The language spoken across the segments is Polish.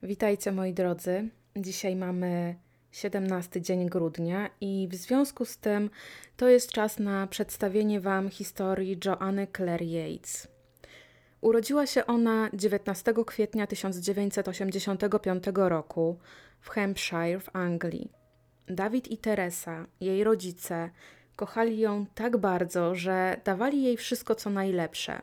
Witajcie moi drodzy. Dzisiaj mamy 17 dzień grudnia i w związku z tym to jest czas na przedstawienie Wam historii Joanny Claire Yates. Urodziła się ona 19 kwietnia 1985 roku w Hampshire w Anglii. Dawid i Teresa, jej rodzice, kochali ją tak bardzo, że dawali jej wszystko co najlepsze.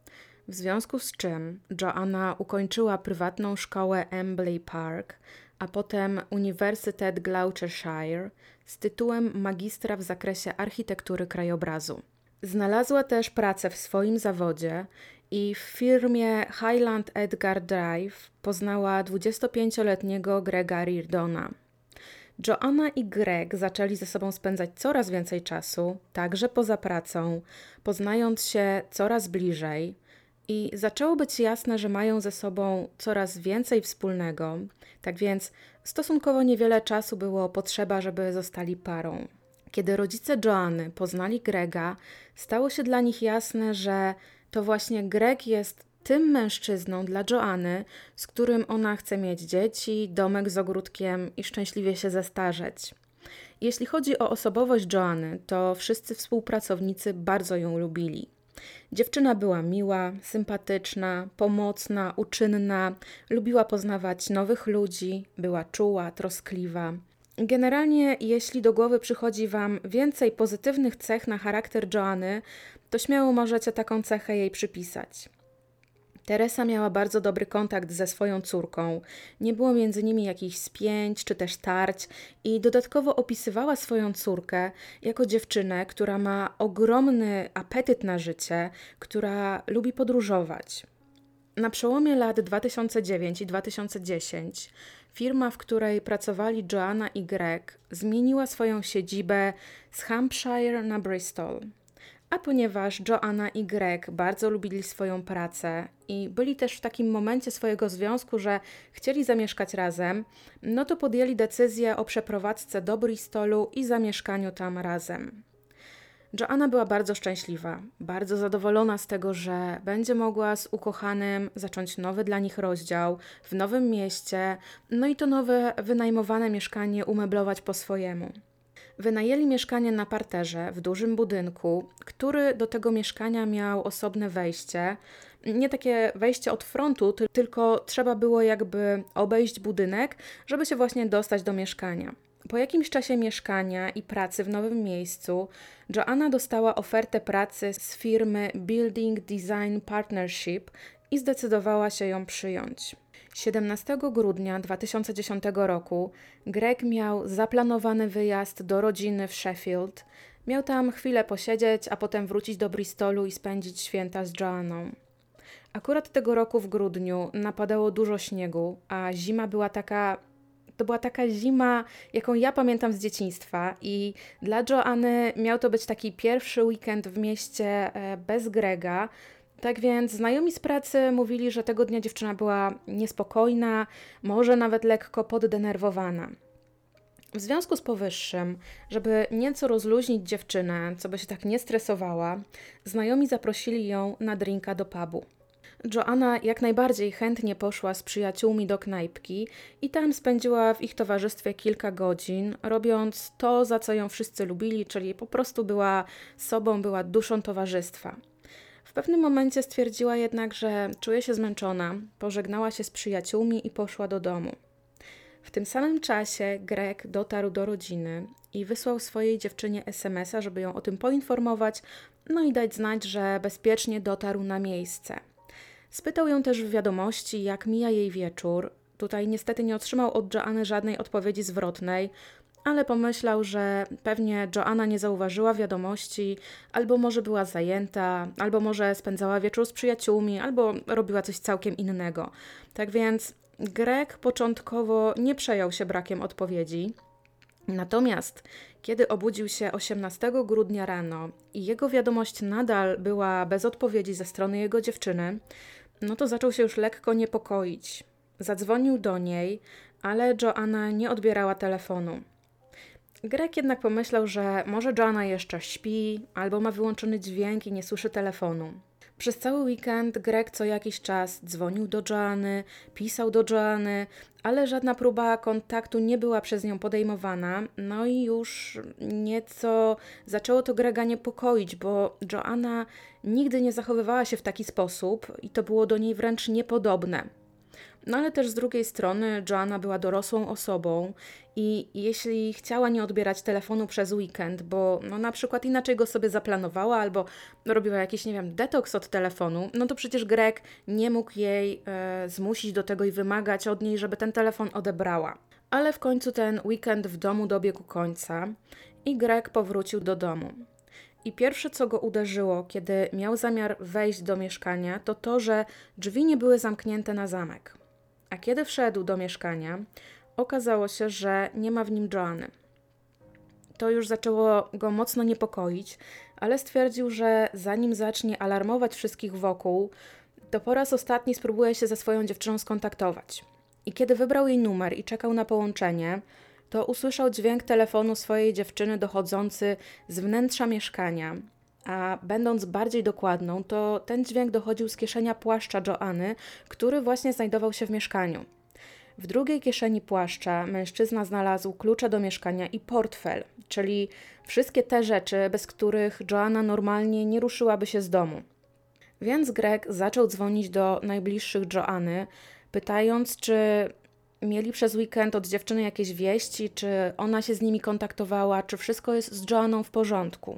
W związku z czym Joanna ukończyła prywatną szkołę Embley Park, a potem Uniwersytet Gloucestershire z tytułem magistra w zakresie architektury krajobrazu. Znalazła też pracę w swoim zawodzie i w firmie Highland Edgar Drive poznała 25-letniego Grega Reardona. Joanna i Greg zaczęli ze sobą spędzać coraz więcej czasu, także poza pracą, poznając się coraz bliżej i zaczęło być jasne, że mają ze sobą coraz więcej wspólnego, tak więc stosunkowo niewiele czasu było potrzeba, żeby zostali parą. Kiedy rodzice Joanny poznali Grega, stało się dla nich jasne, że to właśnie Greg jest tym mężczyzną dla Joanny, z którym ona chce mieć dzieci, domek z ogródkiem i szczęśliwie się zestarzeć. Jeśli chodzi o osobowość Joanny, to wszyscy współpracownicy bardzo ją lubili. Dziewczyna była miła, sympatyczna, pomocna, uczynna, lubiła poznawać nowych ludzi, była czuła, troskliwa. Generalnie, jeśli do głowy przychodzi Wam więcej pozytywnych cech na charakter Joanny, to śmiało możecie taką cechę jej przypisać. Teresa miała bardzo dobry kontakt ze swoją córką, nie było między nimi jakichś spięć czy też tarć i dodatkowo opisywała swoją córkę jako dziewczynę, która ma ogromny apetyt na życie, która lubi podróżować. Na przełomie lat 2009 i 2010 firma, w której pracowali Joanna i Greg, zmieniła swoją siedzibę z Hampshire na Bristol. A ponieważ Joanna i Greg bardzo lubili swoją pracę i byli też w takim momencie swojego związku, że chcieli zamieszkać razem, no to podjęli decyzję o przeprowadzce do Bristolu i zamieszkaniu tam razem. Joanna była bardzo szczęśliwa, bardzo zadowolona z tego, że będzie mogła z ukochanym zacząć nowy dla nich rozdział w nowym mieście, no i to nowe wynajmowane mieszkanie umeblować po swojemu. Wynajęli mieszkanie na parterze w dużym budynku, który do tego mieszkania miał osobne wejście. Nie takie wejście od frontu, tylko trzeba było jakby obejść budynek, żeby się właśnie dostać do mieszkania. Po jakimś czasie mieszkania i pracy w nowym miejscu, Joanna dostała ofertę pracy z firmy Building Design Partnership i zdecydowała się ją przyjąć. 17 grudnia 2010 roku Greg miał zaplanowany wyjazd do rodziny w Sheffield. Miał tam chwilę posiedzieć, a potem wrócić do Bristolu i spędzić święta z Joanną. Akurat tego roku w grudniu napadało dużo śniegu, a zima była taka... To była taka zima, jaką ja pamiętam z dzieciństwa i dla Joanny miał to być taki pierwszy weekend w mieście bez Grega. Tak więc znajomi z pracy mówili, że tego dnia dziewczyna była niespokojna, może nawet lekko poddenerwowana. W związku z powyższym, żeby nieco rozluźnić dziewczynę, co by się tak nie stresowała, znajomi zaprosili ją na drinka do pubu. Joanna jak najbardziej chętnie poszła z przyjaciółmi do knajpki i tam spędziła w ich towarzystwie kilka godzin, robiąc to, za co ją wszyscy lubili, czyli po prostu była sobą, była duszą towarzystwa. W pewnym momencie stwierdziła jednak, że czuje się zmęczona, pożegnała się z przyjaciółmi i poszła do domu. W tym samym czasie Greg dotarł do rodziny i wysłał swojej dziewczynie SMS-a, żeby ją o tym poinformować, no i dać znać, że bezpiecznie dotarł na miejsce. Spytał ją też w wiadomości, jak mija jej wieczór. Tutaj niestety nie otrzymał od Joanny żadnej odpowiedzi zwrotnej, ale pomyślał, że pewnie Joanna nie zauważyła wiadomości, albo może była zajęta, albo może spędzała wieczór z przyjaciółmi, albo robiła coś całkiem innego. Tak więc Greg początkowo nie przejął się brakiem odpowiedzi. Natomiast kiedy obudził się 18 grudnia rano i jego wiadomość nadal była bez odpowiedzi ze strony jego dziewczyny, no to zaczął się już lekko niepokoić. Zadzwonił do niej, ale Joanna nie odbierała telefonu. Greg jednak pomyślał, że może Joanna jeszcze śpi, albo ma wyłączony dźwięk i nie słyszy telefonu. Przez cały weekend Greg co jakiś czas dzwonił do Joanny, pisał do Joanny, ale żadna próba kontaktu nie była przez nią podejmowana. No i już nieco zaczęło to Grega niepokoić, bo Joanna nigdy nie zachowywała się w taki sposób i to było do niej wręcz niepodobne. No ale też z drugiej strony Joanna była dorosłą osobą i jeśli chciała nie odbierać telefonu przez weekend, bo no na przykład inaczej go sobie zaplanowała albo robiła jakiś, nie wiem, detoks od telefonu, no to przecież Greg nie mógł jej zmusić do tego i wymagać od niej, żeby ten telefon odebrała. Ale w końcu ten weekend w domu dobiegł końca i Greg powrócił do domu. I pierwsze, co go uderzyło, kiedy miał zamiar wejść do mieszkania, to to, że drzwi nie były zamknięte na zamek. A kiedy wszedł do mieszkania, okazało się, że nie ma w nim Joanny. To już zaczęło go mocno niepokoić, ale stwierdził, że zanim zacznie alarmować wszystkich wokół, to po raz ostatni spróbuje się ze swoją dziewczyną skontaktować. I kiedy wybrał jej numer i czekał na połączenie, to usłyszał dźwięk telefonu swojej dziewczyny dochodzący z wnętrza mieszkania. A będąc bardziej dokładną, to ten dźwięk dochodził z kieszenia płaszcza Joanny, który właśnie znajdował się w mieszkaniu. W drugiej kieszeni płaszcza mężczyzna znalazł klucze do mieszkania i portfel, czyli wszystkie te rzeczy, bez których Joanna normalnie nie ruszyłaby się z domu. Więc Greg zaczął dzwonić do najbliższych Joanny, pytając, czy mieli przez weekend od dziewczyny jakieś wieści, czy ona się z nimi kontaktowała, czy wszystko jest z Joanną w porządku.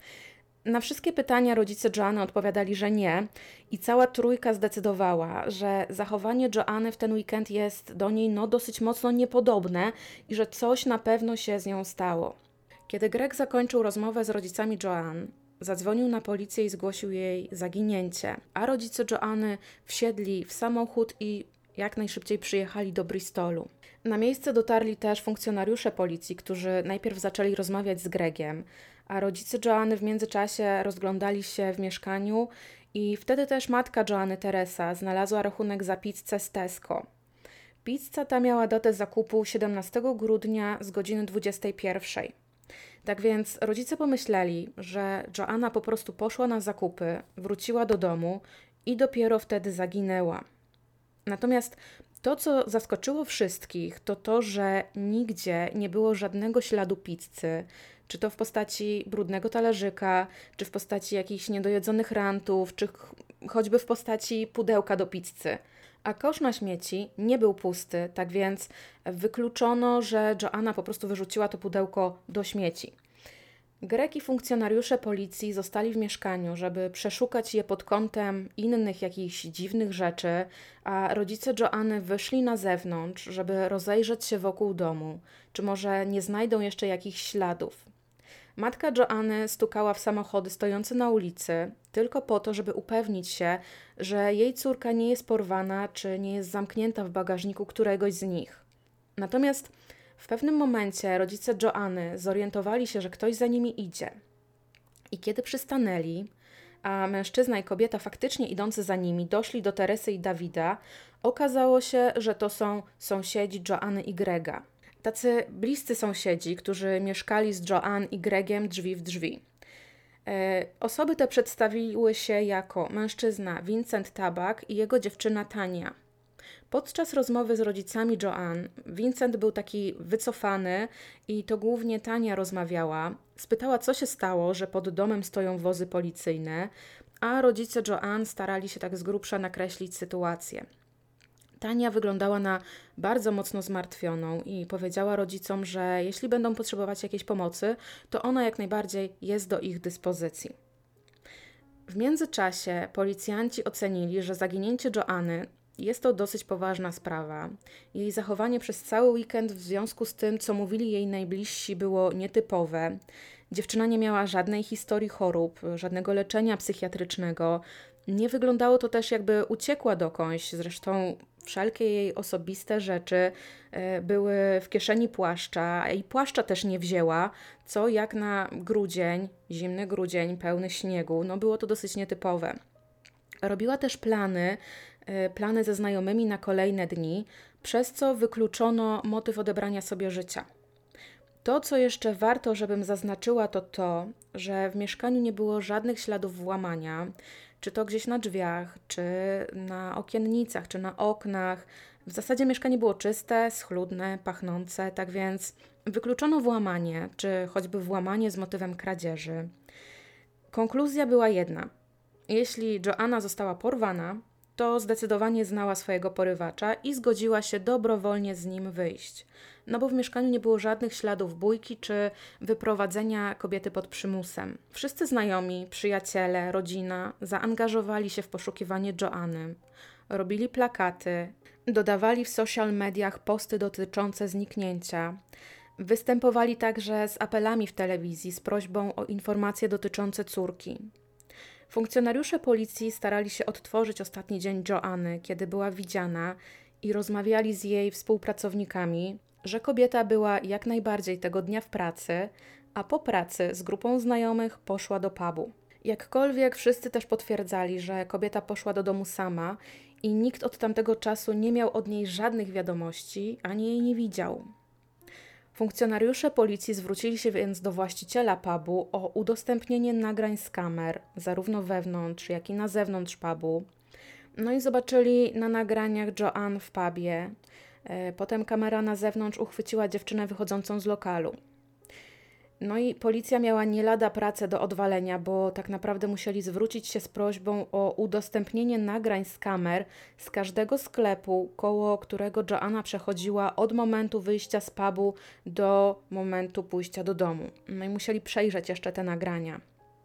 Na wszystkie pytania rodzice Joanny odpowiadali, że nie i cała trójka zdecydowała, że zachowanie Joanny w ten weekend jest do niej dosyć mocno niepodobne i że coś na pewno się z nią stało. Kiedy Greg zakończył rozmowę z rodzicami Joanny, zadzwonił na policję i zgłosił jej zaginięcie, a rodzice Joanny wsiedli w samochód i jak najszybciej przyjechali do Bristolu. Na miejsce dotarli też funkcjonariusze policji, którzy najpierw zaczęli rozmawiać z Gregiem, a rodzice Joanny w międzyczasie rozglądali się w mieszkaniu i wtedy też matka Joanny, Teresa, znalazła rachunek za pizzę z Tesco. Pizza ta miała datę zakupu 17 grudnia z godziny 21. Tak więc rodzice pomyśleli, że Joanna po prostu poszła na zakupy, wróciła do domu i dopiero wtedy zaginęła. Natomiast to, co zaskoczyło wszystkich, to to, że nigdzie nie było żadnego śladu pizzy, czy to w postaci brudnego talerzyka, czy w postaci jakichś niedojedzonych rantów, czy choćby w postaci pudełka do pizzy. A kosz na śmieci nie był pusty, tak więc wykluczono, że Joanna po prostu wyrzuciła to pudełko do śmieci. Greg i funkcjonariusze policji zostali w mieszkaniu, żeby przeszukać je pod kątem innych jakichś dziwnych rzeczy, a rodzice Joanny wyszli na zewnątrz, żeby rozejrzeć się wokół domu, czy może nie znajdą jeszcze jakichś śladów. Matka Joanny stukała w samochody stojące na ulicy, tylko po to, żeby upewnić się, że jej córka nie jest porwana, czy nie jest zamknięta w bagażniku któregoś z nich. Natomiast w pewnym momencie rodzice Joanny zorientowali się, że ktoś za nimi idzie. I kiedy przystanęli, a mężczyzna i kobieta faktycznie idący za nimi doszli do Teresy i Dawida, okazało się, że to są sąsiedzi Joanny i Grega. Tacy bliscy sąsiedzi, którzy mieszkali z Joanne i Gregiem drzwi w drzwi. Osoby te przedstawiły się jako mężczyzna Vincent Tabak i jego dziewczyna Tania. Podczas rozmowy z rodzicami Joanne, Vincent był taki wycofany i to głównie Tania rozmawiała. Spytała, co się stało, że pod domem stoją wozy policyjne, a rodzice Joanne starali się tak z grubsza nakreślić sytuację. Tania wyglądała na bardzo mocno zmartwioną i powiedziała rodzicom, że jeśli będą potrzebować jakiejś pomocy, to ona jak najbardziej jest do ich dyspozycji. W międzyczasie policjanci ocenili, że zaginięcie Joanny jest to dosyć poważna sprawa. Jej zachowanie przez cały weekend w związku z tym, co mówili jej najbliżsi, było nietypowe. Dziewczyna nie miała żadnej historii chorób, żadnego leczenia psychiatrycznego. Nie wyglądało to też, jakby uciekła dokądś. Zresztą wszelkie jej osobiste rzeczy były w kieszeni płaszcza, a i płaszcza też nie wzięła, co jak na grudzień, zimny grudzień, pełny śniegu, było to dosyć nietypowe. Robiła też plany ze znajomymi na kolejne dni, przez co wykluczono motyw odebrania sobie życia. To, co jeszcze warto, żebym zaznaczyła, to to, że w mieszkaniu nie było żadnych śladów włamania. czy to gdzieś na drzwiach, czy na okiennicach, czy na oknach. W zasadzie mieszkanie było czyste, schludne, pachnące, tak więc wykluczono włamanie, czy choćby włamanie z motywem kradzieży. Konkluzja była jedna. Jeśli Joanna została porwana, to zdecydowanie znała swojego porywacza i zgodziła się dobrowolnie z nim wyjść. No bo w mieszkaniu nie było żadnych śladów bójki czy wyprowadzenia kobiety pod przymusem. Wszyscy znajomi, przyjaciele, rodzina zaangażowali się w poszukiwanie Joanny. Robili plakaty, dodawali w social mediach posty dotyczące zniknięcia. Występowali także z apelami w telewizji z prośbą o informacje dotyczące córki. Funkcjonariusze policji starali się odtworzyć ostatni dzień Joanny, kiedy była widziana, i rozmawiali z jej współpracownikami, że kobieta była jak najbardziej tego dnia w pracy, a po pracy z grupą znajomych poszła do pubu. Jakkolwiek wszyscy też potwierdzali, że kobieta poszła do domu sama i nikt od tamtego czasu nie miał od niej żadnych wiadomości, ani jej nie widział. Funkcjonariusze policji zwrócili się więc do właściciela pubu o udostępnienie nagrań z kamer, zarówno wewnątrz, jak i na zewnątrz pubu. No i zobaczyli na nagraniach Joanne w pubie. Potem kamera na zewnątrz uchwyciła dziewczynę wychodzącą z lokalu. No i policja miała nie lada pracę do odwalenia, bo tak naprawdę musieli zwrócić się z prośbą o udostępnienie nagrań z kamer z każdego sklepu, koło którego Joanna przechodziła od momentu wyjścia z pubu do momentu pójścia do domu. No i musieli przejrzeć jeszcze te nagrania.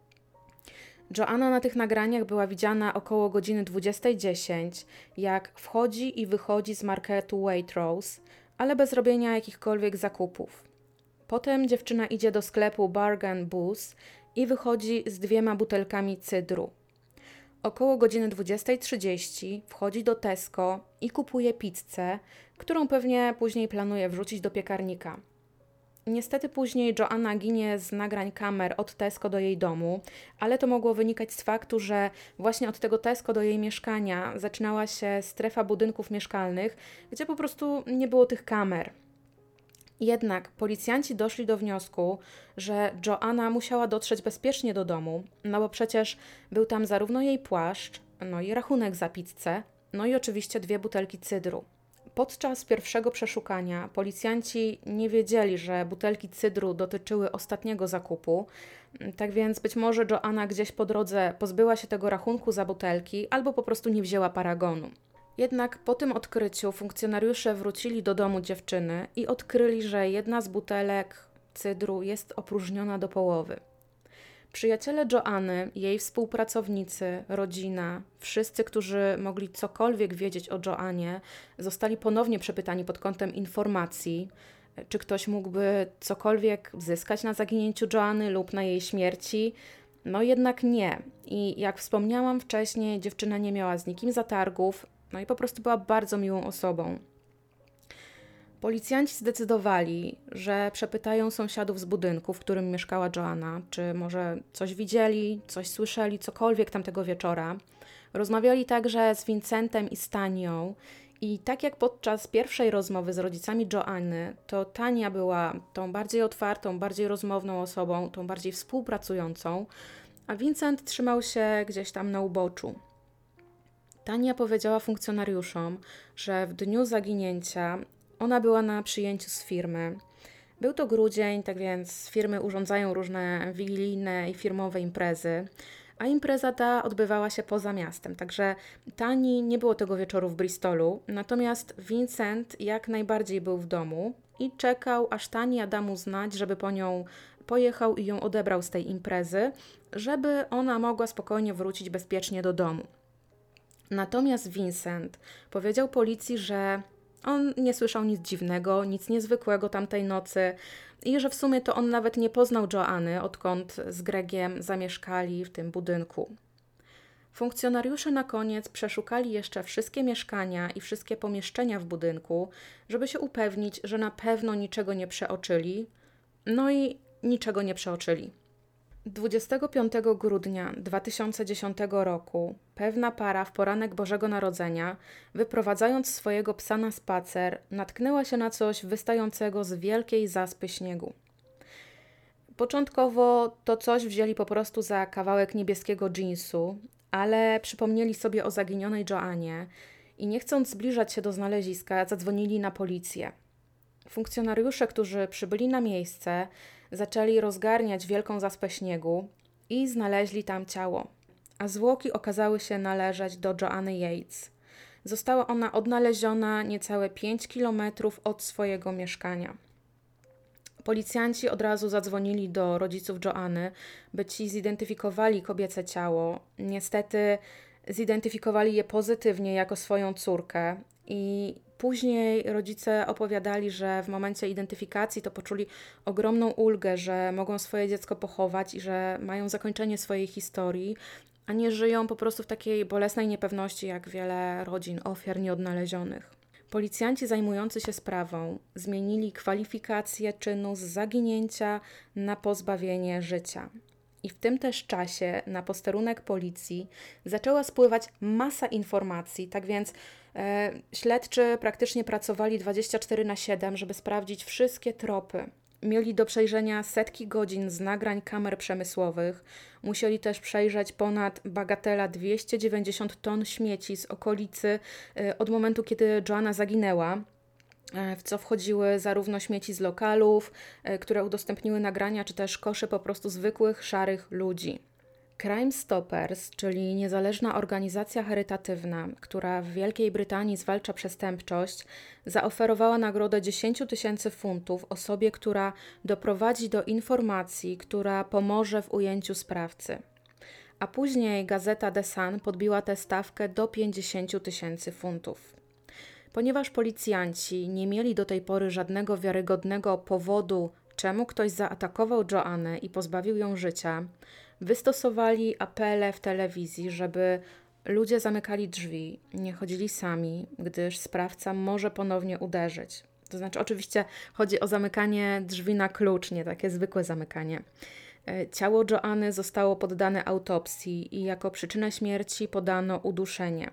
Joanna na tych nagraniach była widziana około godziny 20:10, jak wchodzi i wychodzi z marketu Waitrose, ale bez robienia jakichkolwiek zakupów. Potem dziewczyna idzie do sklepu Bargain Booth i wychodzi z 2 butelkami cydru. Około godziny 20:30 wchodzi do Tesco i kupuje pizzę, którą pewnie później planuje wrzucić do piekarnika. Niestety później Joanna ginie z nagrań kamer od Tesco do jej domu, ale to mogło wynikać z faktu, że właśnie od tego Tesco do jej mieszkania zaczynała się strefa budynków mieszkalnych, gdzie po prostu nie było tych kamer. Jednak policjanci doszli do wniosku, że Joanna musiała dotrzeć bezpiecznie do domu, no bo przecież był tam zarówno jej płaszcz, no i rachunek za pizzę, no i oczywiście 2 butelki cydru. Podczas pierwszego przeszukania policjanci nie wiedzieli, że butelki cydru dotyczyły ostatniego zakupu, tak więc być może Joanna gdzieś po drodze pozbyła się tego rachunku za butelki albo po prostu nie wzięła paragonu. Jednak po tym odkryciu funkcjonariusze wrócili do domu dziewczyny i odkryli, że jedna z butelek cydru jest opróżniona do połowy. Przyjaciele Joanny, jej współpracownicy, rodzina, wszyscy, którzy mogli cokolwiek wiedzieć o Joannie, zostali ponownie przepytani pod kątem informacji, czy ktoś mógłby cokolwiek zyskać na zaginięciu Joanny lub na jej śmierci. No jednak nie. I jak wspomniałam wcześniej, dziewczyna nie miała z nikim zatargów, no i po prostu była bardzo miłą osobą. Policjanci zdecydowali, że przepytają sąsiadów z budynku, w którym mieszkała Joanna, czy może coś widzieli, coś słyszeli, cokolwiek tamtego wieczora. Rozmawiali także z Vincentem i Tanią i tak jak podczas pierwszej rozmowy z rodzicami Joanny, to Tania była tą bardziej otwartą, bardziej rozmowną osobą, tą bardziej współpracującą, a Vincent trzymał się gdzieś tam na uboczu. Tania powiedziała funkcjonariuszom, że w dniu zaginięcia ona była na przyjęciu z firmy. Był to grudzień, tak więc firmy urządzają różne wigilijne i firmowe imprezy, a impreza ta odbywała się poza miastem, także Tani nie było tego wieczoru w Bristolu, natomiast Vincent jak najbardziej był w domu i czekał, aż Tania da mu znać, żeby po nią pojechał i ją odebrał z tej imprezy, żeby ona mogła spokojnie wrócić bezpiecznie do domu. Natomiast Vincent powiedział policji, że on nie słyszał nic dziwnego, nic niezwykłego tamtej nocy i że w sumie to on nawet nie poznał Joanny, odkąd z Gregiem zamieszkali w tym budynku. Funkcjonariusze na koniec przeszukali jeszcze wszystkie mieszkania i wszystkie pomieszczenia w budynku, żeby się upewnić, że na pewno niczego nie przeoczyli, no i niczego nie przeoczyli. 25 grudnia 2010 roku pewna para w poranek Bożego Narodzenia, wyprowadzając swojego psa na spacer, natknęła się na coś wystającego z wielkiej zaspy śniegu. Początkowo to coś wzięli po prostu za kawałek niebieskiego dżinsu, ale przypomnieli sobie o zaginionej Joannie i nie chcąc zbliżać się do znaleziska, zadzwonili na policję. Funkcjonariusze, którzy przybyli na miejsce, zaczęli rozgarniać wielką zaspę śniegu i znaleźli tam ciało, a zwłoki okazały się należeć do Joanny Yates. Została ona odnaleziona niecałe 5 kilometrów od swojego mieszkania. Policjanci od razu zadzwonili do rodziców Joanny, by ci zidentyfikowali kobiece ciało. Niestety zidentyfikowali je pozytywnie jako swoją córkę i później rodzice opowiadali, że w momencie identyfikacji to poczuli ogromną ulgę, że mogą swoje dziecko pochować i że mają zakończenie swojej historii, a nie żyją po prostu w takiej bolesnej niepewności jak wiele rodzin ofiar nieodnalezionych. Policjanci zajmujący się sprawą zmienili kwalifikację czynu z zaginięcia na pozbawienie życia. I w tym też czasie na posterunek policji zaczęła spływać masa informacji, tak więc śledczy praktycznie pracowali 24/7, żeby sprawdzić wszystkie tropy. Mieli do przejrzenia setki godzin z nagrań kamer przemysłowych. Musieli też przejrzeć ponad bagatela 290 ton śmieci z okolicy od momentu, kiedy Joanna zaginęła, w co wchodziły zarówno śmieci z lokalów, które udostępniły nagrania, czy też kosze po prostu zwykłych, szarych ludzi. Crime Stoppers, czyli niezależna organizacja charytatywna, która w Wielkiej Brytanii zwalcza przestępczość, zaoferowała nagrodę 10 000 funtów osobie, która doprowadzi do informacji, która pomoże w ujęciu sprawcy. A później gazeta The Sun podbiła tę stawkę do 50 000 funtów. Ponieważ policjanci nie mieli do tej pory żadnego wiarygodnego powodu, czemu ktoś zaatakował Joannę i pozbawił ją życia, wystosowali apele w telewizji, żeby ludzie zamykali drzwi, nie chodzili sami, gdyż sprawca może ponownie uderzyć. To znaczy, oczywiście chodzi o zamykanie drzwi na klucz, nie takie zwykłe zamykanie. Ciało Joanny zostało poddane autopsji i jako przyczynę śmierci podano uduszenie.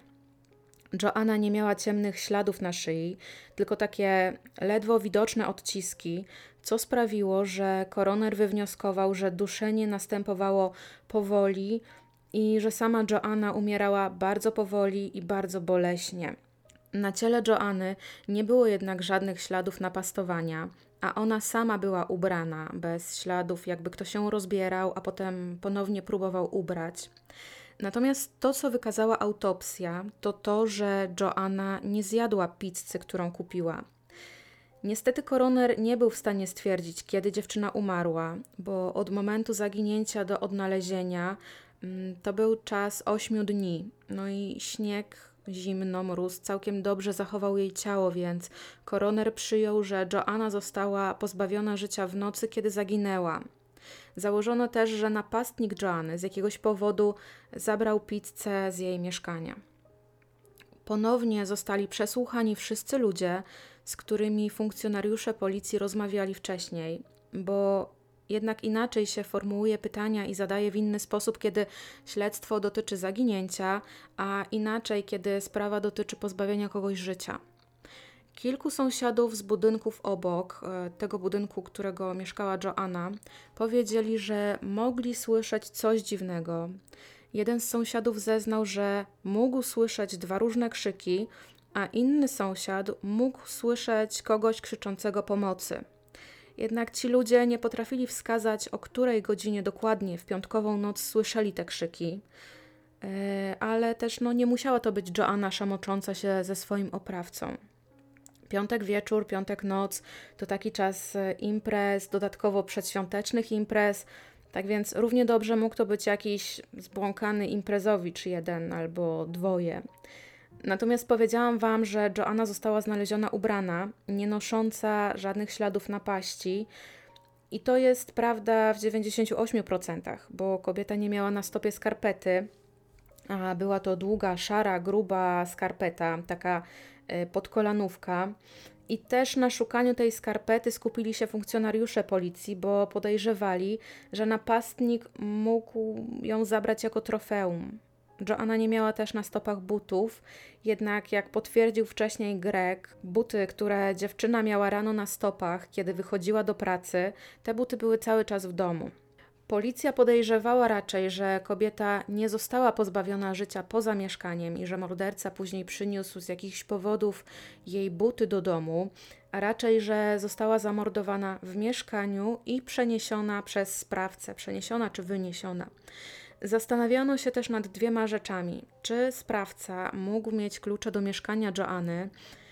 Joanna nie miała ciemnych śladów na szyi, tylko takie ledwo widoczne odciski, co sprawiło, że koroner wywnioskował, że duszenie następowało powoli i że sama Joanna umierała bardzo powoli i bardzo boleśnie. Na ciele Joanny nie było jednak żadnych śladów napastowania, a ona sama była ubrana, bez śladów, jakby ktoś ją rozbierał, a potem ponownie próbował ubrać. Natomiast to, co wykazała autopsja, to to, że Joanna nie zjadła pizzy, którą kupiła. Niestety koroner nie był w stanie stwierdzić, kiedy dziewczyna umarła, bo od momentu zaginięcia do odnalezienia to był czas 8 dni. No i śnieg, zimno, mróz całkiem dobrze zachował jej ciało, więc koroner przyjął, że Joanna została pozbawiona życia w nocy, kiedy zaginęła. Założono też, że napastnik Joanny z jakiegoś powodu zabrał pizzę z jej mieszkania. Ponownie zostali przesłuchani wszyscy ludzie, z którymi funkcjonariusze policji rozmawiali wcześniej, bo jednak inaczej się formułuje pytania i zadaje w inny sposób, kiedy śledztwo dotyczy zaginięcia, a inaczej, kiedy sprawa dotyczy pozbawienia kogoś życia. Kilku sąsiadów z budynków obok, tego budynku, którego mieszkała Joanna, powiedzieli, że mogli słyszeć coś dziwnego. Jeden z sąsiadów zeznał, że mógł słyszeć 2 różne krzyki, a inny sąsiad mógł słyszeć kogoś krzyczącego pomocy. Jednak ci ludzie nie potrafili wskazać, o której godzinie dokładnie w piątkową noc słyszeli te krzyki. Ale też nie musiała to być Joanna szamocząca się ze swoim oprawcą. Piątek wieczór, piątek noc to taki czas imprez, dodatkowo przedświątecznych imprez, tak więc równie dobrze mógł to być jakiś zbłąkany imprezowicz jeden albo 2. Natomiast powiedziałam Wam, że Joanna została znaleziona ubrana, nie nosząca żadnych śladów napaści. I to jest prawda w 98%, bo kobieta nie miała na stopie skarpety, a była to długa, szara, gruba skarpeta, taka podkolanówka. I też na szukaniu tej skarpety skupili się funkcjonariusze policji, bo podejrzewali, że napastnik mógł ją zabrać jako trofeum. Joanna nie miała też na stopach butów, jednak jak potwierdził wcześniej Greg, buty, które dziewczyna miała rano na stopach, kiedy wychodziła do pracy, te buty były cały czas w domu. Policja podejrzewała raczej, że kobieta nie została pozbawiona życia poza mieszkaniem i że morderca później przyniósł z jakichś powodów jej buty do domu, a raczej, że została zamordowana w mieszkaniu i przeniesiona przez sprawcę, przeniesiona czy wyniesiona. Zastanawiano się też nad dwiema rzeczami. Czy sprawca mógł mieć klucze do mieszkania Joanny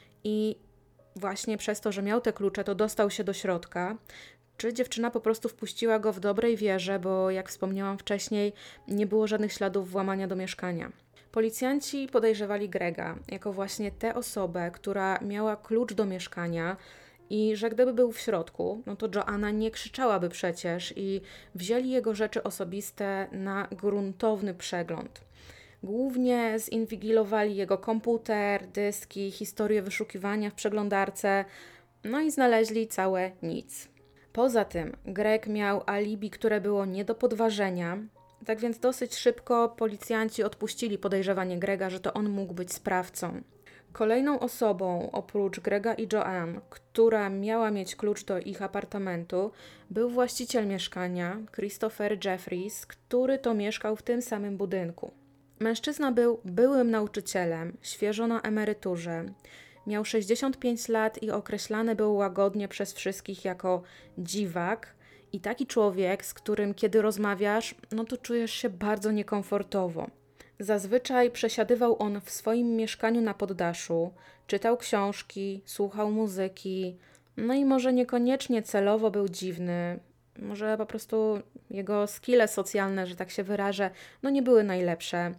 i właśnie przez to, że miał te klucze, to dostał się do środka, czy dziewczyna po prostu wpuściła go w dobrej wierze, bo jak wspomniałam wcześniej, nie było żadnych śladów włamania do mieszkania. Policjanci podejrzewali Grega jako właśnie tę osobę, która miała klucz do mieszkania i że gdyby był w środku, no to Joanna nie krzyczałaby przecież i wzięli jego rzeczy osobiste na gruntowny przegląd. Głównie zinwigilowali jego komputer, dyski, historię wyszukiwania w przeglądarce, no i znaleźli całe nic. Poza tym Greg miał alibi, które było nie do podważenia, tak więc dosyć szybko policjanci odpuścili podejrzewanie Grega, że to on mógł być sprawcą. Kolejną osobą, oprócz Grega i Joanne, która miała mieć klucz do ich apartamentu, był właściciel mieszkania, Christopher Jeffries, który to mieszkał w tym samym budynku. Mężczyzna był byłym nauczycielem, świeżo na emeryturze. Miał 65 lat i określany był łagodnie przez wszystkich jako dziwak i taki człowiek, z którym kiedy rozmawiasz, no to czujesz się bardzo niekomfortowo. Zazwyczaj przesiadywał on w swoim mieszkaniu na poddaszu, czytał książki, słuchał muzyki, no i może niekoniecznie celowo był dziwny, może po prostu jego skille socjalne, że tak się wyrażę, no nie były najlepsze.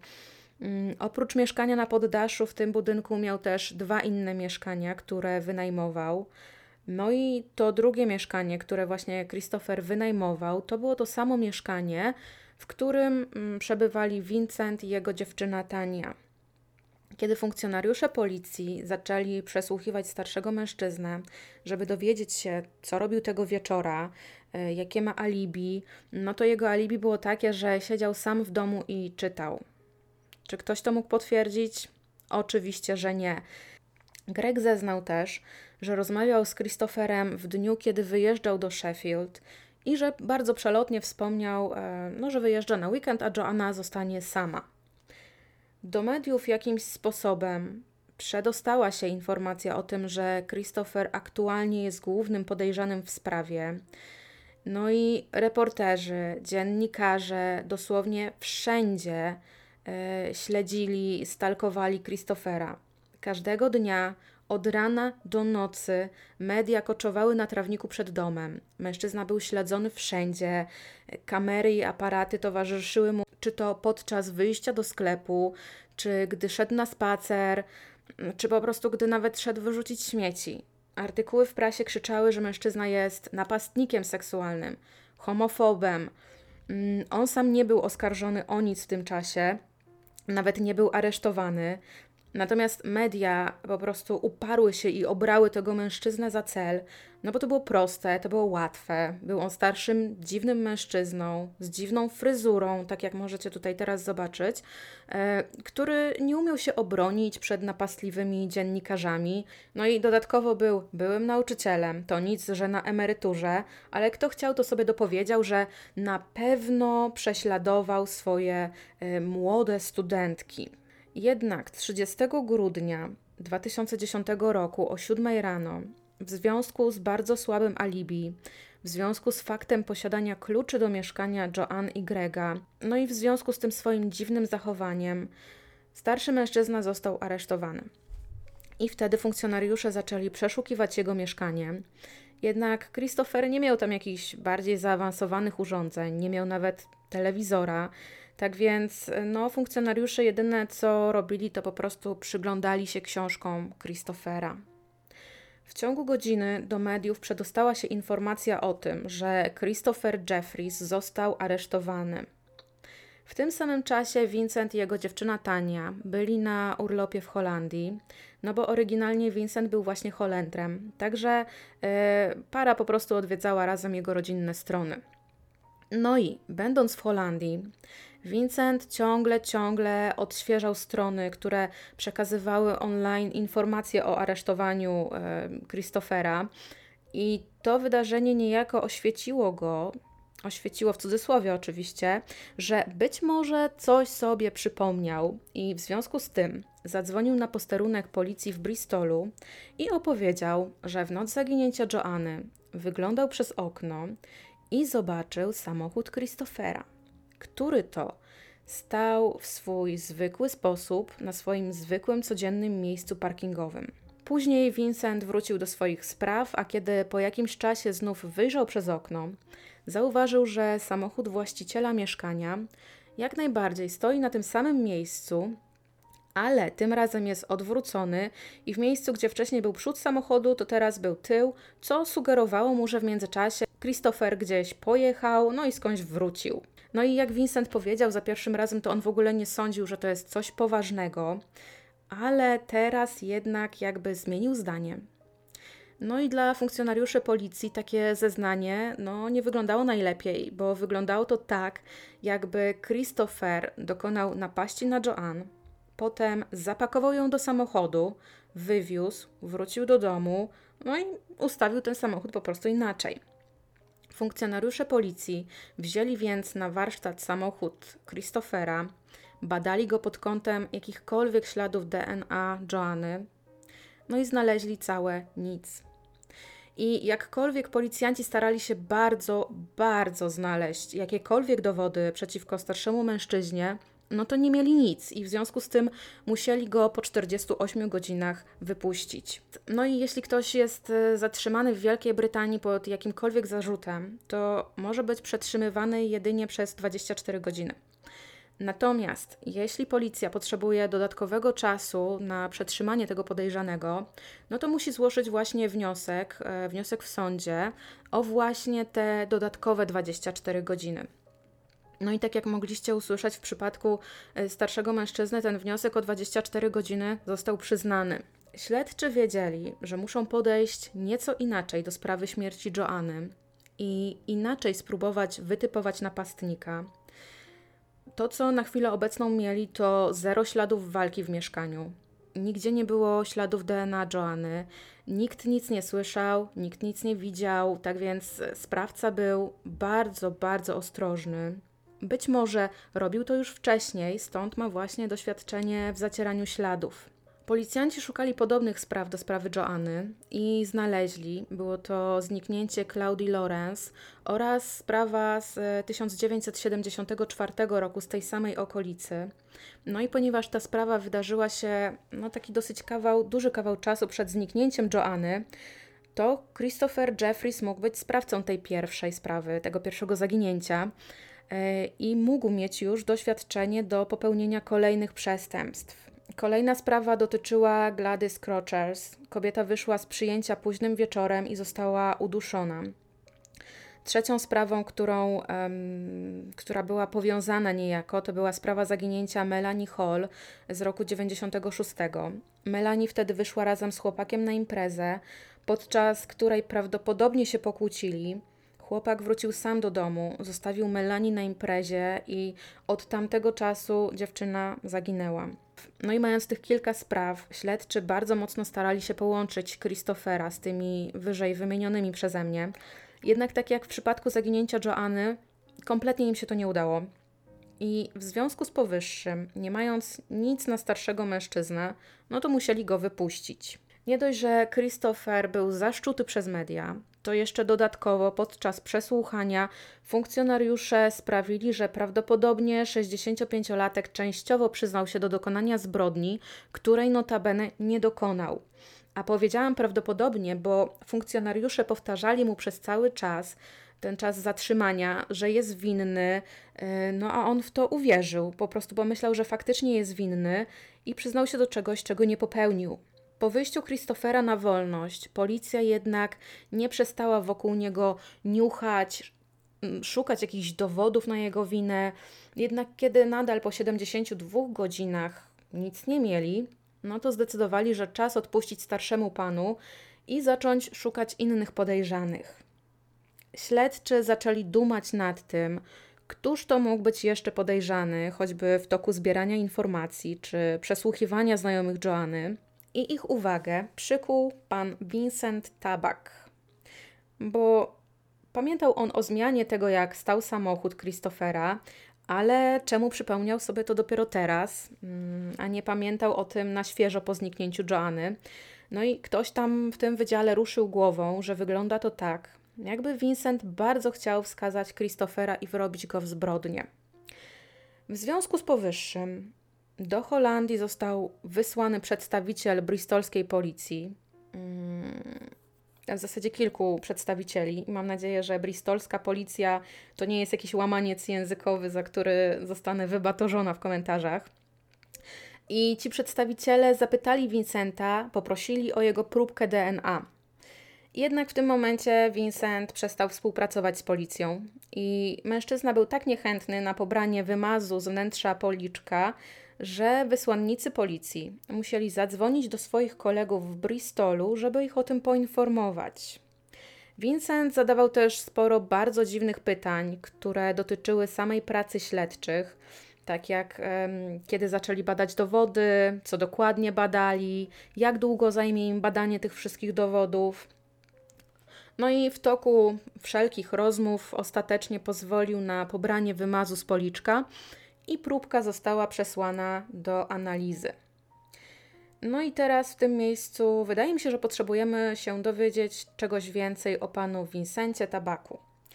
Oprócz mieszkania na poddaszu w tym budynku miał też 2 inne mieszkania, które wynajmował. No i to drugie mieszkanie, które właśnie Christopher wynajmował, to było to samo mieszkanie, w którym przebywali Vincent i jego dziewczyna Tania. Kiedy funkcjonariusze policji zaczęli przesłuchiwać starszego mężczyznę, żeby dowiedzieć się, co robił tego wieczora, jakie ma alibi, no to jego alibi było takie, że siedział sam w domu i czytał. Czy ktoś to mógł potwierdzić? Oczywiście, że nie. Greg zeznał też, że rozmawiał z Christopherem w dniu, kiedy wyjeżdżał do Sheffield i że bardzo przelotnie wspomniał, że wyjeżdża na weekend, a Joanna zostanie sama. Do mediów jakimś sposobem przedostała się informacja o tym, że Christopher aktualnie jest głównym podejrzanym w sprawie. No i reporterzy, dziennikarze, dosłownie wszędzie śledzili, stalkowali Christophera. Każdego dnia, od rana do nocy, media koczowały na trawniku przed domem. Mężczyzna był śledzony wszędzie, kamery i aparaty towarzyszyły mu, czy to podczas wyjścia do sklepu, czy gdy szedł na spacer, czy po prostu gdy nawet szedł wyrzucić śmieci. Artykuły w prasie krzyczały, że mężczyzna jest napastnikiem seksualnym, homofobem. On sam nie był oskarżony o nic w tym czasie, nawet nie był aresztowany. Natomiast media po prostu uparły się i obrały tego mężczyznę za cel, no bo to było proste, to było łatwe. Był on starszym, dziwnym mężczyzną, z dziwną fryzurą, tak jak możecie tutaj teraz zobaczyć, który nie umiał się obronić przed napastliwymi dziennikarzami. No i dodatkowo był byłym nauczycielem, to nic, że na emeryturze, ale kto chciał, to sobie dopowiedział, że na pewno prześladował swoje młode studentki. Jednak 30 grudnia 2010 roku o 7 rano, w związku z bardzo słabym alibi, w związku z faktem posiadania kluczy do mieszkania Joanne i Grega, no i w związku z tym swoim dziwnym zachowaniem, starszy mężczyzna został aresztowany. I wtedy funkcjonariusze zaczęli przeszukiwać jego mieszkanie. Jednak Christopher nie miał tam jakichś bardziej zaawansowanych urządzeń, nie miał nawet telewizora. Tak więc funkcjonariusze jedyne co robili, to po prostu przyglądali się książkom Christophera. W ciągu godziny do mediów przedostała się informacja o tym, że Christopher Jeffries został aresztowany. W tym samym czasie Vincent i jego dziewczyna Tania byli na urlopie w Holandii, no bo oryginalnie Vincent był właśnie Holendrem, także para po prostu odwiedzała razem jego rodzinne strony. No i będąc w Holandii, Vincent ciągle odświeżał strony, które przekazywały online informacje o aresztowaniu Christophera i to wydarzenie niejako oświeciło go, oświeciło w cudzysłowie oczywiście, że być może coś sobie przypomniał i w związku z tym zadzwonił na posterunek policji w Bristolu i opowiedział, że w noc zaginięcia Joanny wyglądał przez okno i zobaczył samochód Christophera, który to stał w swój zwykły sposób na swoim zwykłym, codziennym miejscu parkingowym. Później Vincent wrócił do swoich spraw, a kiedy po jakimś czasie znów wyjrzał przez okno, zauważył, że samochód właściciela mieszkania jak najbardziej stoi na tym samym miejscu, ale tym razem jest odwrócony i w miejscu, gdzie wcześniej był przód samochodu, to teraz był tył, co sugerowało mu, że w międzyczasie Christopher gdzieś pojechał, no i skądś wrócił. No i jak Vincent powiedział za pierwszym razem, to on w ogóle nie sądził, że to jest coś poważnego, ale teraz jednak jakby zmienił zdanie. No i dla funkcjonariuszy policji takie zeznanie nie wyglądało najlepiej, bo wyglądało to tak, jakby Christopher dokonał napaści na Joanne, potem zapakował ją do samochodu, wywiózł, wrócił do domu, no i ustawił ten samochód po prostu inaczej. Funkcjonariusze policji wzięli więc na warsztat samochód Christophera, badali go pod kątem jakichkolwiek śladów DNA Joanny, no i znaleźli całe nic. I jakkolwiek policjanci starali się bardzo, bardzo znaleźć jakiekolwiek dowody przeciwko starszemu mężczyźnie, no to nie mieli nic i w związku z tym musieli go po 48 godzinach wypuścić. No i jeśli ktoś jest zatrzymany w Wielkiej Brytanii pod jakimkolwiek zarzutem, to może być przetrzymywany jedynie przez 24 godziny. Natomiast jeśli policja potrzebuje dodatkowego czasu na przetrzymanie tego podejrzanego, no to musi złożyć właśnie wniosek w sądzie o właśnie te dodatkowe 24 godziny. No i tak jak mogliście usłyszeć w przypadku starszego mężczyzny, ten wniosek o 24 godziny został przyznany. Śledczy wiedzieli, że muszą podejść nieco inaczej do sprawy śmierci Joanny i inaczej spróbować wytypować napastnika. To, co na chwilę obecną mieli, to zero śladów walki w mieszkaniu. Nigdzie nie było śladów DNA Joanny, nikt nic nie słyszał, nikt nic nie widział, tak więc sprawca był bardzo, bardzo ostrożny. Być może robił to już wcześniej, stąd ma właśnie doświadczenie w zacieraniu śladów. Policjanci szukali podobnych spraw do sprawy Joanny i znaleźli, było to zniknięcie Claudii Lawrence oraz sprawa z 1974 roku z tej samej okolicy. No i ponieważ ta sprawa wydarzyła się taki dosyć duży kawał czasu przed zniknięciem Joanny, to Christopher Jeffries mógł być sprawcą tej pierwszej sprawy, tego pierwszego zaginięcia i mógł mieć już doświadczenie do popełnienia kolejnych przestępstw. Kolejna sprawa dotyczyła Gladys Crochers. Kobieta wyszła z przyjęcia późnym wieczorem i została uduszona. Trzecią sprawą, która była powiązana niejako, to była sprawa zaginięcia Melanie Hall z roku 96. Melanie wtedy wyszła razem z chłopakiem na imprezę, podczas której prawdopodobnie się pokłócili. Chłopak wrócił sam do domu, zostawił Melanie na imprezie i od tamtego czasu dziewczyna zaginęła. No i mając tych kilka spraw, śledczy bardzo mocno starali się połączyć Christophera z tymi wyżej wymienionymi przeze mnie. Jednak tak jak w przypadku zaginięcia Joanny, kompletnie im się to nie udało. I w związku z powyższym, nie mając nic na starszego mężczyznę, to musieli go wypuścić. Nie dość, że Christopher był zaszczuty przez media, to jeszcze dodatkowo podczas przesłuchania funkcjonariusze sprawili, że prawdopodobnie 65-latek częściowo przyznał się do dokonania zbrodni, której notabene nie dokonał. A powiedziałam prawdopodobnie, bo funkcjonariusze powtarzali mu przez cały czas, ten czas zatrzymania, że jest winny, a on w to uwierzył. Po prostu pomyślał, że faktycznie jest winny i przyznał się do czegoś, czego nie popełnił. Po wyjściu Christophera na wolność, policja jednak nie przestała wokół niego niuchać, szukać jakichś dowodów na jego winę. Jednak kiedy nadal po 72 godzinach nic nie mieli, to zdecydowali, że czas odpuścić starszemu panu i zacząć szukać innych podejrzanych. Śledczy zaczęli dumać nad tym, któż to mógł być jeszcze podejrzany, choćby w toku zbierania informacji czy przesłuchiwania znajomych Joanny. I ich uwagę przykuł pan Vincent Tabak, bo Pamiętał on o zmianie tego, jak stał samochód Christophera, ale czemu przypomniał sobie to dopiero teraz, a nie pamiętał o tym na świeżo po zniknięciu Joanny. No i ktoś tam w tym wydziale ruszył głową, że wygląda to tak, jakby Vincent bardzo chciał wskazać Christophera i wrobić go w zbrodnię. W związku z powyższym do Holandii został wysłany przedstawiciel bristolskiej policji, w zasadzie kilku przedstawicieli i mam nadzieję, że bristolska policja to nie jest jakiś łamaniec językowy, za który zostanę wybatorzona w komentarzach. I ci przedstawiciele zapytali Vincenta, poprosili o jego próbkę DNA. Jednak w tym momencie Vincent przestał współpracować z policją i mężczyzna był tak niechętny na pobranie wymazu z wnętrza policzka, że wysłannicy policji musieli zadzwonić do swoich kolegów w Bristolu, żeby ich o tym poinformować. Vincent zadawał też sporo bardzo dziwnych pytań, które dotyczyły samej pracy śledczych, tak jak kiedy zaczęli badać dowody, co dokładnie badali, jak długo zajmie im badanie tych wszystkich dowodów. No i w toku wszelkich rozmów ostatecznie pozwolił na pobranie wymazu z policzka i próbka została przesłana do analizy. No i teraz w tym miejscu wydaje mi się, że potrzebujemy się dowiedzieć czegoś więcej o panu Vincencie Tabaku.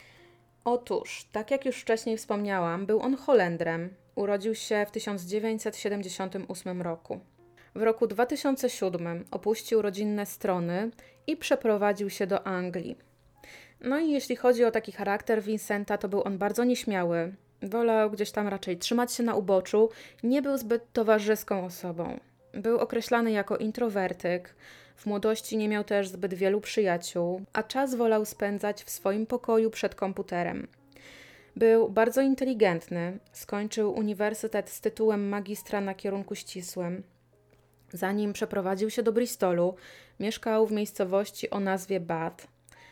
Otóż, tak jak już wcześniej wspomniałam, był on Holendrem. Urodził się w 1978 roku. W roku 2007 opuścił rodzinne strony i przeprowadził się do Anglii. No i jeśli chodzi o taki charakter Vincenta, to był on bardzo nieśmiały. Wolał gdzieś tam raczej trzymać się na uboczu, nie był zbyt towarzyską osobą. Był określany jako introwertyk, w młodości nie miał też zbyt wielu przyjaciół, a czas wolał spędzać w swoim pokoju przed komputerem. Był bardzo inteligentny, skończył uniwersytet z tytułem magistra na kierunku ścisłym. Zanim przeprowadził się do Bristolu, mieszkał w miejscowości o nazwie Bath.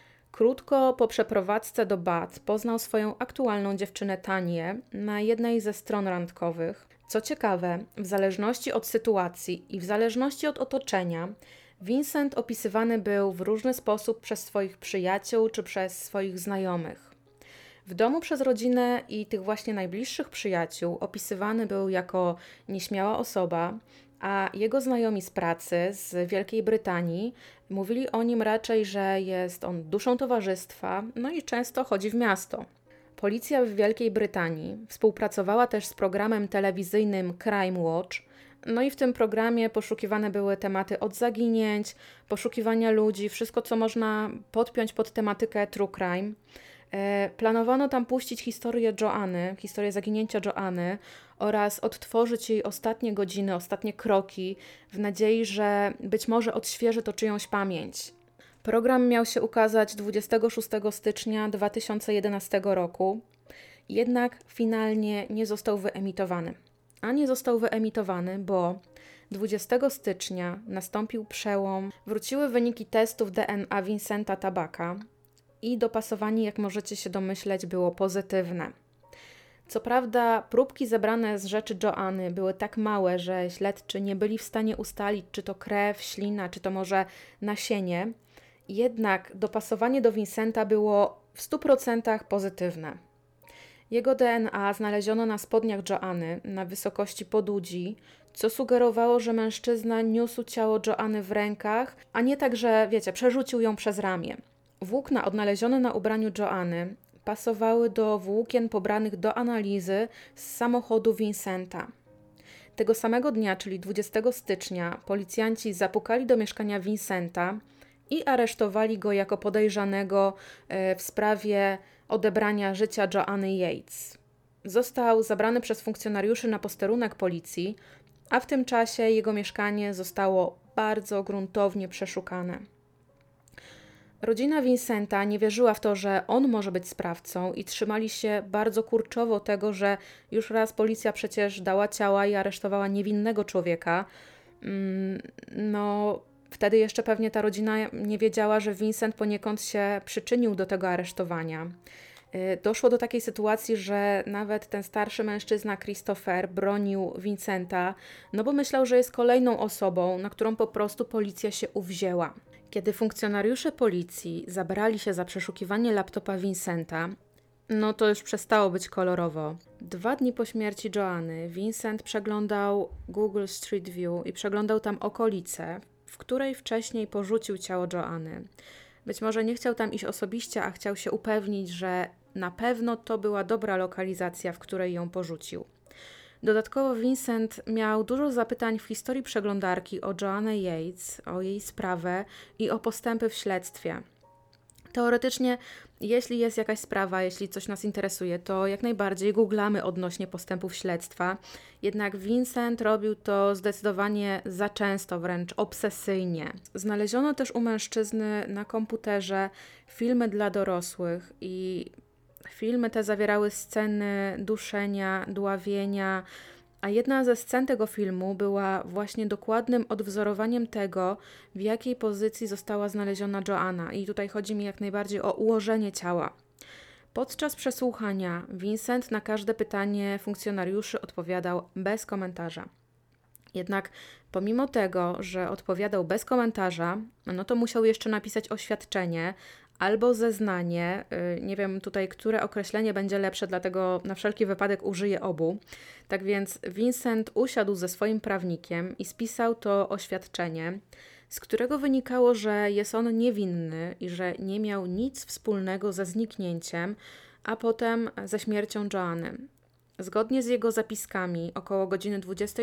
Krótko po przeprowadzce do Bath poznał swoją aktualną dziewczynę Tanię na jednej ze stron randkowych. Co ciekawe, w zależności od sytuacji i w zależności od otoczenia, Vincent opisywany był w różny sposób przez swoich przyjaciół czy przez swoich znajomych. W domu przez rodzinę i tych właśnie najbliższych przyjaciół opisywany był jako nieśmiała osoba, a jego znajomi z pracy z Wielkiej Brytanii mówili o nim raczej, że jest on duszą towarzystwa, no i często chodzi w miasto. Policja w Wielkiej Brytanii współpracowała też z programem telewizyjnym Crime Watch, no i w tym programie poszukiwane były tematy od zaginięć, poszukiwania ludzi, wszystko co można podpiąć pod tematykę true crime. Planowano tam puścić historię zaginięcia Joanny oraz odtworzyć jej ostatnie godziny, ostatnie kroki w nadziei, że być może odświeży to czyjąś pamięć. Program miał się ukazać 26 stycznia 2011 roku, jednak finalnie nie został wyemitowany. A nie został wyemitowany, bo 20 stycznia nastąpił przełom, wróciły wyniki testów DNA Vincenta Tabaka i dopasowanie, jak możecie się domyśleć, było pozytywne. Co prawda próbki zebrane z rzeczy Joanny były tak małe, że śledczy nie byli w stanie ustalić, czy to krew, ślina, czy to może nasienie, jednak dopasowanie do Vincenta było w 100% pozytywne. Jego DNA znaleziono na spodniach Joanny na wysokości podudzi, co sugerowało, że mężczyzna niósł ciało Joanny w rękach, a nie tak, że przerzucił ją przez ramię. Włókna odnalezione na ubraniu Joanny pasowały do włókien pobranych do analizy z samochodu Vincenta. Tego samego dnia, czyli 20 stycznia, policjanci zapukali do mieszkania Vincenta i aresztowali go jako podejrzanego w sprawie odebrania życia Joanny Yates. Został zabrany przez funkcjonariuszy na posterunek policji, a w tym czasie jego mieszkanie zostało bardzo gruntownie przeszukane. Rodzina Vincenta nie wierzyła w to, że on może być sprawcą i trzymali się bardzo kurczowo tego, że już raz policja przecież dała ciała i aresztowała niewinnego człowieka. Wtedy jeszcze pewnie ta rodzina nie wiedziała, że Vincent poniekąd się przyczynił do tego aresztowania. Doszło do takiej sytuacji, że nawet ten starszy mężczyzna Christopher bronił Vincenta, bo myślał, że jest kolejną osobą, na którą po prostu policja się uwzięła. Kiedy funkcjonariusze policji zabrali się za przeszukiwanie laptopa Vincenta, no to już przestało być kolorowo. 2 dni po śmierci Joanny, Vincent przeglądał Google Street View i przeglądał tam okolicę, w której wcześniej porzucił ciało Joanny. Być może nie chciał tam iść osobiście, a chciał się upewnić, że na pewno to była dobra lokalizacja, w której ją porzucił. Dodatkowo Vincent miał dużo zapytań w historii przeglądarki o Joannę Yates, o jej sprawę i o postępy w śledztwie. Teoretycznie, jeśli jest jakaś sprawa, jeśli coś nas interesuje, to jak najbardziej googlamy odnośnie postępów śledztwa. Jednak Vincent robił to zdecydowanie za często, wręcz obsesyjnie. Znaleziono też u mężczyzny na komputerze filmy dla dorosłych i filmy te zawierały sceny duszenia, dławienia, a jedna ze scen tego filmu była właśnie dokładnym odwzorowaniem tego, w jakiej pozycji została znaleziona Joanna. I tutaj chodzi mi jak najbardziej o ułożenie ciała. Podczas przesłuchania Vincent na każde pytanie funkcjonariuszy odpowiadał bez komentarza. Jednak pomimo tego, że odpowiadał bez komentarza, no to musiał jeszcze napisać oświadczenie albo zeznanie. Nie wiem tutaj, które określenie będzie lepsze, dlatego na wszelki wypadek użyję obu. Tak więc Vincent usiadł ze swoim prawnikiem i spisał to oświadczenie, z którego wynikało, że jest on niewinny i że nie miał nic wspólnego ze zniknięciem, a potem ze śmiercią Joanny. Zgodnie z jego zapiskami, około godziny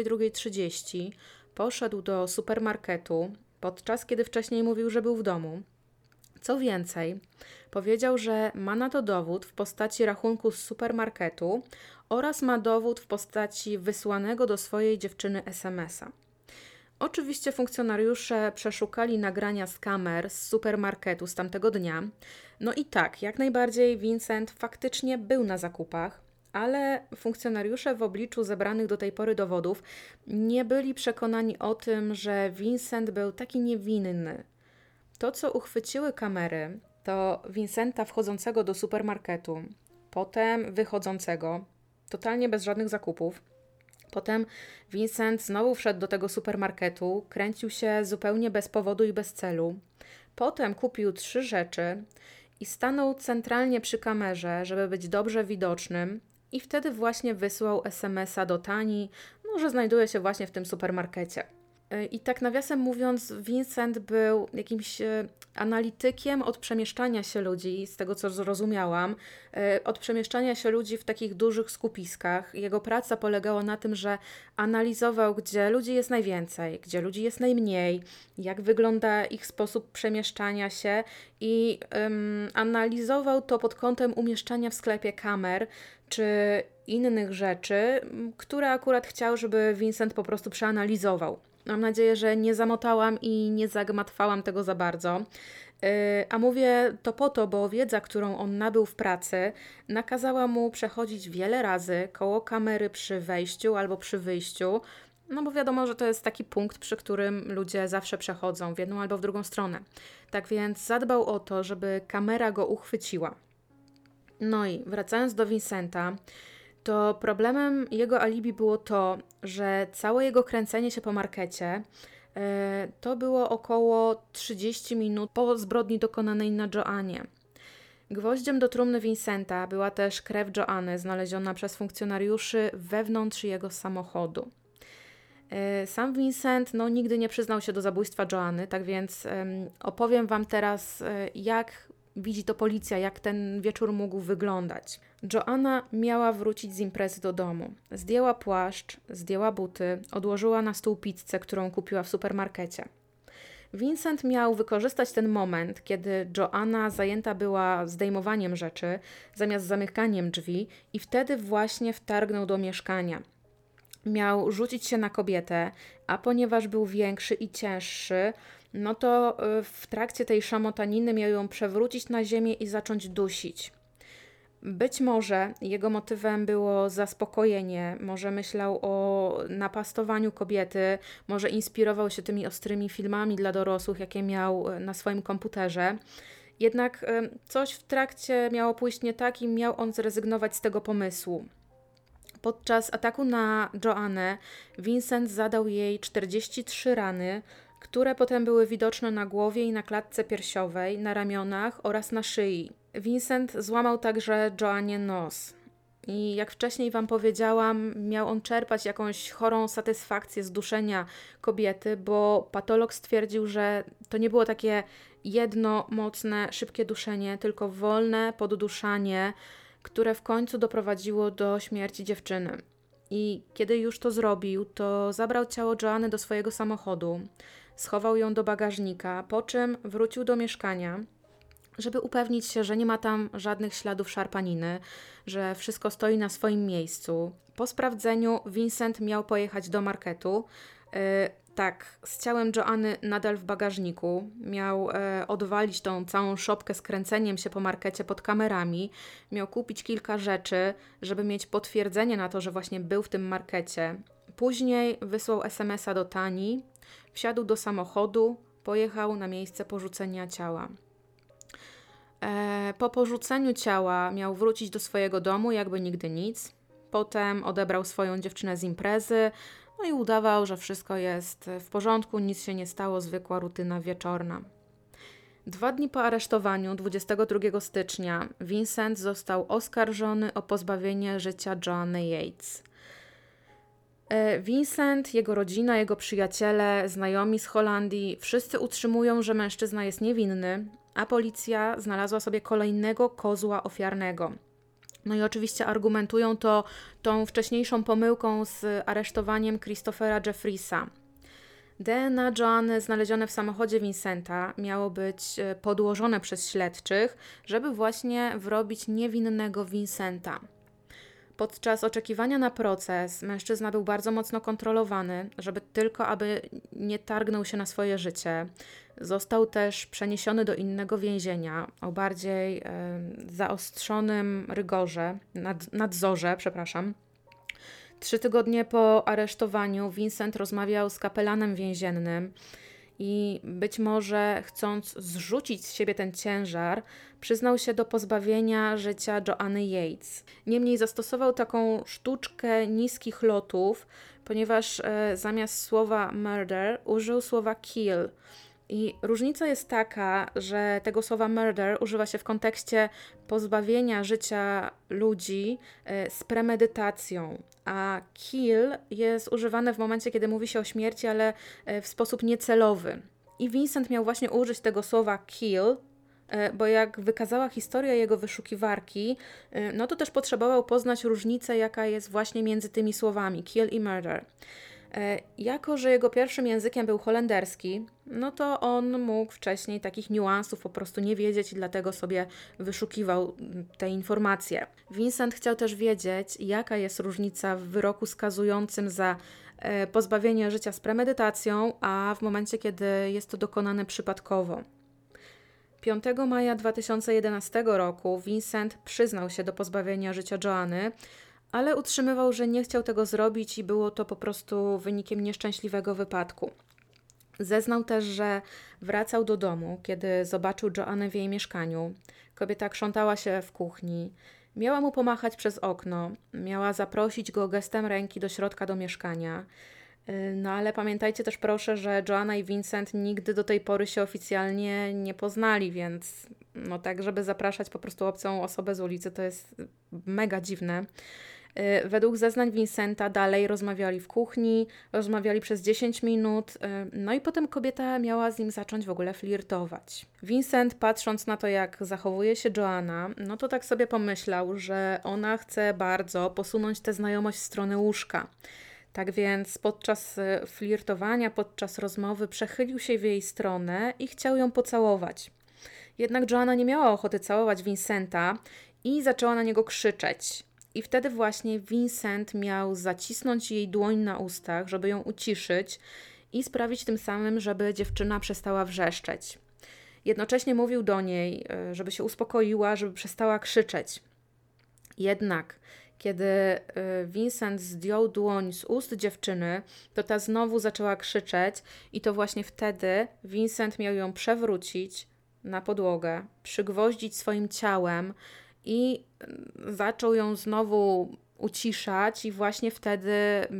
22:30 poszedł do supermarketu, podczas kiedy wcześniej mówił, że był w domu. Co więcej, powiedział, że ma na to dowód w postaci rachunku z supermarketu oraz ma dowód w postaci wysłanego do swojej dziewczyny SMS-a. Oczywiście funkcjonariusze przeszukali nagrania z kamer z supermarketu z tamtego dnia. No i tak, jak najbardziej Vincent faktycznie był na zakupach, ale funkcjonariusze w obliczu zebranych do tej pory dowodów nie byli przekonani o tym, że Vincent był taki niewinny. To, co uchwyciły kamery, to Vincenta wchodzącego do supermarketu, potem wychodzącego, totalnie bez żadnych zakupów. Potem Vincent znowu wszedł do tego supermarketu, kręcił się zupełnie bez powodu i bez celu. Potem kupił 3 rzeczy i stanął centralnie przy kamerze, żeby być dobrze widocznym, i wtedy właśnie wysłał SMS-a do Tani, że znajduje się właśnie w tym supermarkecie. I tak nawiasem mówiąc, Vincent był jakimś analitykiem od przemieszczania się ludzi, z tego co zrozumiałam, od przemieszczania się ludzi w takich dużych skupiskach. Jego praca polegała na tym, że analizował, gdzie ludzi jest najwięcej, gdzie ludzi jest najmniej, jak wygląda ich sposób przemieszczania się i analizował to pod kątem umieszczania w sklepie kamer czy innych rzeczy, które akurat chciał, żeby Vincent po prostu przeanalizował. Mam nadzieję, że nie zamotałam i nie zagmatwałam tego za bardzo. A mówię to po to, bo wiedza, którą on nabył w pracy, nakazała mu przechodzić wiele razy koło kamery przy wejściu albo przy wyjściu, no bo wiadomo, że to jest taki punkt, przy którym ludzie zawsze przechodzą w jedną albo w drugą stronę. Tak więc zadbał o to, żeby kamera go uchwyciła. No i wracając do Vincenta, to problemem jego alibi było to, że całe jego kręcenie się po markecie to było około 30 minut po zbrodni dokonanej na Joannie. Gwoździem do trumny Vincenta była też krew Joanny znaleziona przez funkcjonariuszy wewnątrz jego samochodu. Sam Vincent nigdy nie przyznał się do zabójstwa Joanny, tak więc opowiem Wam teraz, jak widzi to policja, jak ten wieczór mógł wyglądać. Joanna miała wrócić z imprezy do domu. Zdjęła płaszcz, zdjęła buty, odłożyła na stół pizzę, którą kupiła w supermarkecie. Vincent miał wykorzystać ten moment, kiedy Joanna zajęta była zdejmowaniem rzeczy, zamiast zamykaniem drzwi, i wtedy właśnie wtargnął do mieszkania. Miał rzucić się na kobietę, a ponieważ był większy i cięższy, no to w trakcie tej szamotaniny miał ją przewrócić na ziemię i zacząć dusić. Być może jego motywem było zaspokojenie, może myślał o napastowaniu kobiety, może inspirował się tymi ostrymi filmami dla dorosłych, jakie miał na swoim komputerze. Jednak coś w trakcie miało pójść nie tak i miał on zrezygnować z tego pomysłu. Podczas ataku na Joannę Vincent zadał jej 43 rany, które potem były widoczne na głowie i na klatce piersiowej, na ramionach oraz na szyi. Vincent złamał także Joannie nos. I jak wcześniej Wam powiedziałam, miał on czerpać jakąś chorą satysfakcję z duszenia kobiety, bo patolog stwierdził, że to nie było takie jedno, mocne, szybkie duszenie, tylko wolne podduszanie, które w końcu doprowadziło do śmierci dziewczyny. I kiedy już to zrobił, to zabrał ciało Joanny do swojego samochodu, schował ją do bagażnika, po czym wrócił do mieszkania, żeby upewnić się, że nie ma tam żadnych śladów szarpaniny, że wszystko stoi na swoim miejscu. Po sprawdzeniu Vincent miał pojechać do marketu. Tak, z ciałem Joanny nadal w bagażniku. Miał odwalić tą całą szopkę z kręceniem się po markecie pod kamerami. Miał kupić kilka rzeczy, żeby mieć potwierdzenie na to, że właśnie był w tym markecie. Później wysłał SMS-a do Tani, wsiadł do samochodu, pojechał na miejsce porzucenia ciała. Po porzuceniu ciała miał wrócić do swojego domu, jakby nigdy nic. Potem odebrał swoją dziewczynę z imprezy, no i udawał, że wszystko jest w porządku, nic się nie stało, zwykła rutyna wieczorna. 2 dni po aresztowaniu, 22 stycznia, Vincent został oskarżony o pozbawienie życia Joanny Yates. Vincent, jego rodzina, jego przyjaciele, znajomi z Holandii, wszyscy utrzymują, że mężczyzna jest niewinny, a policja znalazła sobie kolejnego kozła ofiarnego. No i oczywiście argumentują to tą wcześniejszą pomyłką z aresztowaniem Christophera Jeffriesa. DNA Joanny znalezione w samochodzie Vincenta miało być podłożone przez śledczych, żeby właśnie wrobić niewinnego Vincenta. Podczas oczekiwania na proces mężczyzna był bardzo mocno kontrolowany, aby nie targnął się na swoje życie. Został też przeniesiony do innego więzienia o bardziej zaostrzonym nadzorze. 3 tygodnie po aresztowaniu Vincent rozmawiał z kapelanem więziennym i być może chcąc zrzucić z siebie ten ciężar, przyznał się do pozbawienia życia Joanny Yates. Niemniej zastosował taką sztuczkę niskich lotów, ponieważ zamiast słowa murder użył słowa kill. I różnica jest taka, że tego słowa murder używa się w kontekście pozbawienia życia ludzi z premedytacją, a kill jest używane w momencie, kiedy mówi się o śmierci, ale w sposób niecelowy. I Vincent miał właśnie użyć tego słowa kill, bo jak wykazała historia jego wyszukiwarki, no to też potrzebował poznać różnicę, jaka jest właśnie między tymi słowami kill i murder. Jako że jego pierwszym językiem był holenderski, no to on mógł wcześniej takich niuansów po prostu nie wiedzieć i dlatego sobie wyszukiwał te informacje. Vincent chciał też wiedzieć, jaka jest różnica w wyroku skazującym za pozbawienie życia z premedytacją, a w momencie, kiedy jest to dokonane przypadkowo. 5 maja 2011 roku Vincent przyznał się do pozbawienia życia Joanny, ale utrzymywał, że nie chciał tego zrobić i było to po prostu wynikiem nieszczęśliwego wypadku. Zeznał też, że wracał do domu, kiedy zobaczył Joannę w jej mieszkaniu. Kobieta krzątała się w kuchni. Miała mu pomachać przez okno, miała zaprosić go gestem ręki do środka do mieszkania. No ale pamiętajcie też proszę, że Joanna i Vincent nigdy do tej pory się oficjalnie nie poznali, więc no tak, żeby zapraszać po prostu obcą osobę z ulicy, to jest mega dziwne. Według zeznań Vincenta dalej rozmawiali w kuchni, rozmawiali przez 10 minut, no i potem kobieta miała z nim zacząć w ogóle flirtować. Vincent, patrząc na to, jak zachowuje się Joanna, no to tak sobie pomyślał, że ona chce bardzo posunąć tę znajomość w stronę łóżka. Tak więc podczas flirtowania, podczas rozmowy przechylił się w jej stronę i chciał ją pocałować. Jednak Joanna nie miała ochoty całować Vincenta i zaczęła na niego krzyczeć. I wtedy właśnie Vincent miał zacisnąć jej dłoń na ustach, żeby ją uciszyć i sprawić tym samym, żeby dziewczyna przestała wrzeszczeć. Jednocześnie mówił do niej, żeby się uspokoiła, żeby przestała krzyczeć. Jednak kiedy Vincent zdjął dłoń z ust dziewczyny, to ta znowu zaczęła krzyczeć i to właśnie wtedy Vincent miał ją przewrócić na podłogę, przygwoździć swoim ciałem i zaczął ją znowu uciszać i właśnie wtedy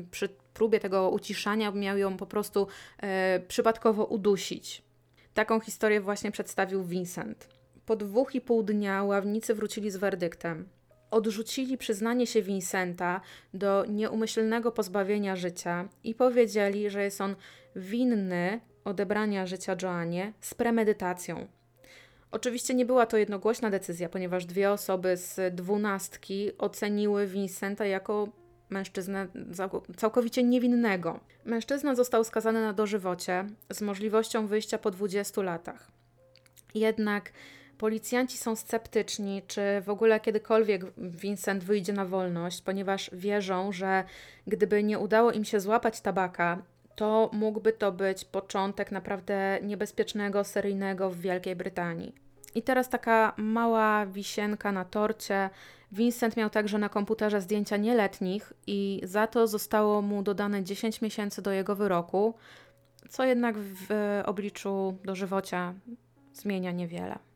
próbie tego uciszania miał ją po prostu przypadkowo udusić. Taką historię właśnie przedstawił Vincent. Po 2,5 dnia ławnicy wrócili z werdyktem. Odrzucili przyznanie się Vincenta do nieumyślnego pozbawienia życia i powiedzieli, że jest on winny odebrania życia Joannie z premedytacją. Oczywiście nie była to jednogłośna decyzja, ponieważ 2 osoby z 12 oceniły Vincenta jako mężczyznę całkowicie niewinnego. Mężczyzna został skazany na dożywocie z możliwością wyjścia po 20 latach. Jednak policjanci są sceptyczni, czy w ogóle kiedykolwiek Vincent wyjdzie na wolność, ponieważ wierzą, że gdyby nie udało im się złapać tabaka, to mógłby to być początek naprawdę niebezpiecznego seryjnego w Wielkiej Brytanii. I teraz taka mała wisienka na torcie. Vincent miał także na komputerze zdjęcia nieletnich i za to zostało mu dodane 10 miesięcy do jego wyroku, co jednak w obliczu dożywocia zmienia niewiele.